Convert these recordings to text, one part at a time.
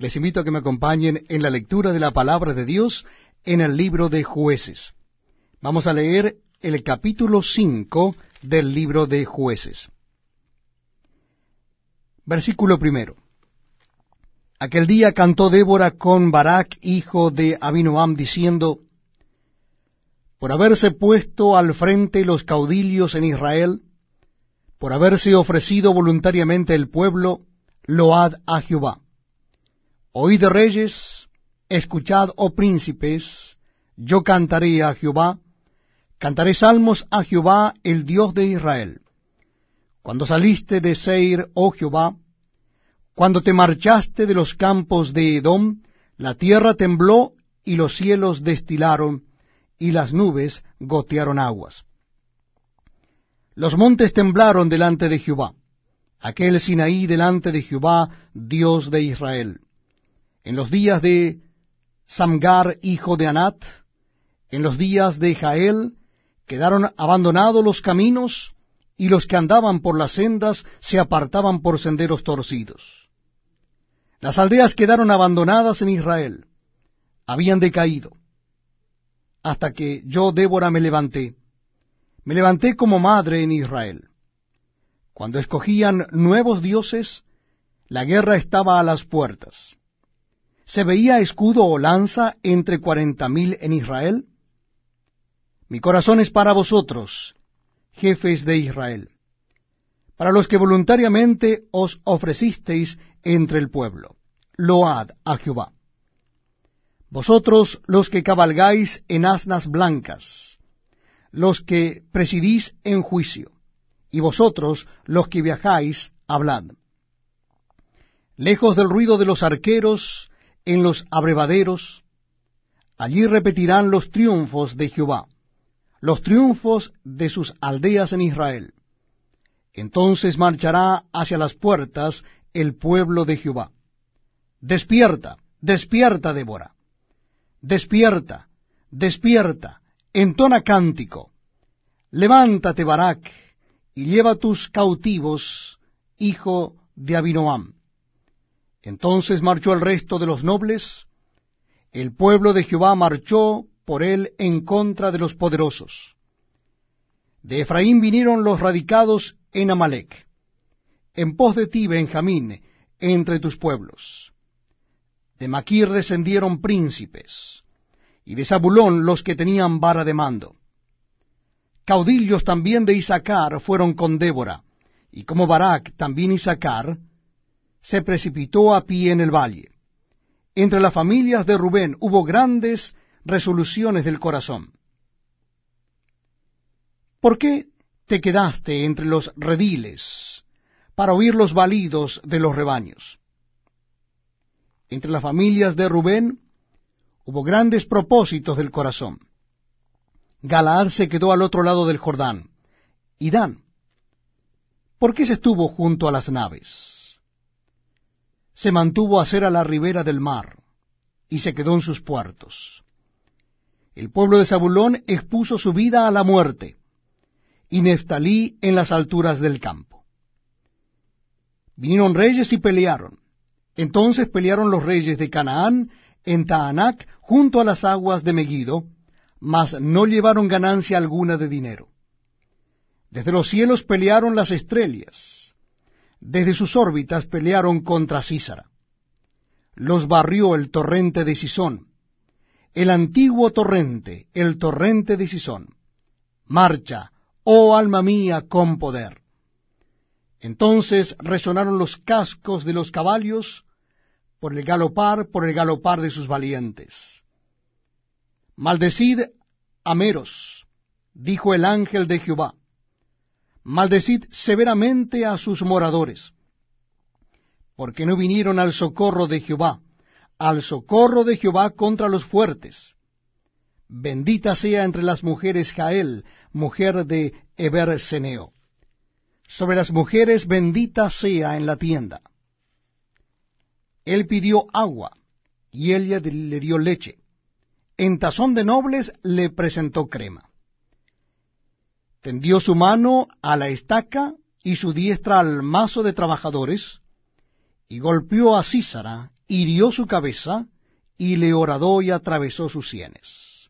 Les invito a que me acompañen en la lectura de la palabra de Dios en el libro de Jueces. Vamos a leer el capítulo 5 del libro de Jueces. Versículo 1. Aquel día cantó Débora con Barak, hijo de Abinoam, diciendo: por haberse puesto al frente los caudillos en Israel, por haberse ofrecido voluntariamente el pueblo, load a Jehová. Oíd, reyes, escuchad, oh príncipes, yo cantaré a Jehová, cantaré salmos a Jehová, el Dios de Israel. Cuando saliste de Seir, oh Jehová, cuando te marchaste de los campos de Edom, la tierra tembló y los cielos destilaron, y las nubes gotearon aguas. Los montes temblaron delante de Jehová, aquel Sinaí delante de Jehová, Dios de Israel. En los días de Samgar, hijo de Anat, en los días de Jael, quedaron abandonados los caminos, y los que andaban por las sendas se apartaban por senderos torcidos. Las aldeas quedaron abandonadas en Israel, habían decaído, hasta que yo, Débora, me levanté como madre en Israel. Cuando escogían nuevos dioses, la guerra estaba a las puertas. ¿Se veía escudo o lanza entre 40,000 en Israel? Mi corazón es para vosotros, jefes de Israel, para los que voluntariamente os ofrecisteis entre el pueblo. Load a Jehová. Vosotros los que cabalgáis en asnas blancas, los que presidís en juicio, y vosotros los que viajáis, hablad. Lejos del ruido de los arqueros, en los abrevaderos, allí repetirán los triunfos de Jehová, los triunfos de sus aldeas en Israel. Entonces marchará hacia las puertas el pueblo de Jehová. Despierta, despierta, Débora. Despierta, despierta, entona cántico. Levántate, Barak, y lleva tus cautivos, hijo de Abinoam. Entonces marchó el resto de los nobles, el pueblo de Jehová marchó por él en contra de los poderosos. De Efraín vinieron los radicados en Amalec, en pos de ti, Benjamín, entre tus pueblos. De Maquir descendieron príncipes, y de Zabulón los que tenían vara de mando. Caudillos también de Isacar fueron con Débora, y como Barak, también Isacar, se precipitó a pie en el valle. Entre las familias de Rubén hubo grandes resoluciones del corazón. ¿Por qué te quedaste entre los rediles para oír los balidos de los rebaños? Entre las familias de Rubén hubo grandes propósitos del corazón. Galaad se quedó al otro lado del Jordán. Y Dan, ¿por qué se estuvo junto a las naves? Se mantuvo a ser a la ribera del mar, y se quedó en sus puertos. El pueblo de Zabulón expuso su vida a la muerte, y Neftalí en las alturas del campo. Vinieron reyes y pelearon. Entonces pelearon los reyes de Canaán en Taanac junto a las aguas de Megiddo, mas no llevaron ganancia alguna de dinero. Desde los cielos pelearon las estrellas, desde sus órbitas pelearon contra Sísara. Los barrió el torrente de Sisón, el antiguo torrente, el torrente de Sisón. Marcha, oh alma mía, con poder. Entonces resonaron los cascos de los caballos por el galopar de sus valientes. Maldecid a Meros, dijo el ángel de Jehová. Maldecid severamente a sus moradores, porque no vinieron al socorro de Jehová contra los fuertes. Bendita sea entre las mujeres Jael, mujer de Eber-Seneo. Sobre las mujeres bendita sea en la tienda. Él pidió agua, y ella le dio leche. En tazón de nobles le presentó crema. Tendió su mano a la estaca y su diestra al mazo de trabajadores, y golpeó a Sísara hirió su cabeza, y le horadó y atravesó sus sienes.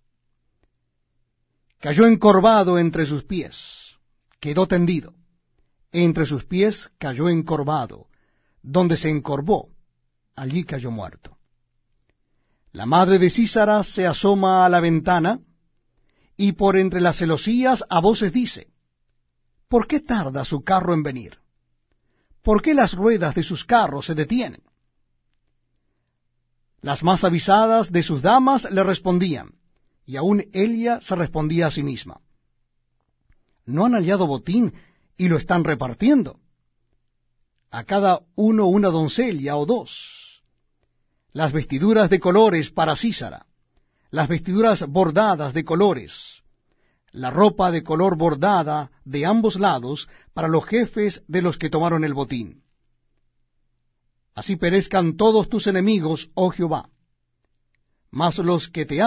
Cayó encorvado entre sus pies, quedó tendido. Entre sus pies cayó encorvado, donde se encorvó, allí cayó muerto. La madre de Sísara se asoma a la ventana, y por entre las celosías a voces dice: ¿Por qué tarda su carro en venir? ¿Por qué las ruedas de sus carros se detienen? Las más avisadas de sus damas le respondían, y aun ella se respondía a sí misma: ¿No han hallado botín y lo están repartiendo? A cada uno una doncella o dos. Las vestiduras de colores para Sísara, las vestiduras bordadas de colores, la ropa de color bordada de ambos lados para los jefes de los que tomaron el botín. Así perezcan todos tus enemigos, oh Jehová, mas los que te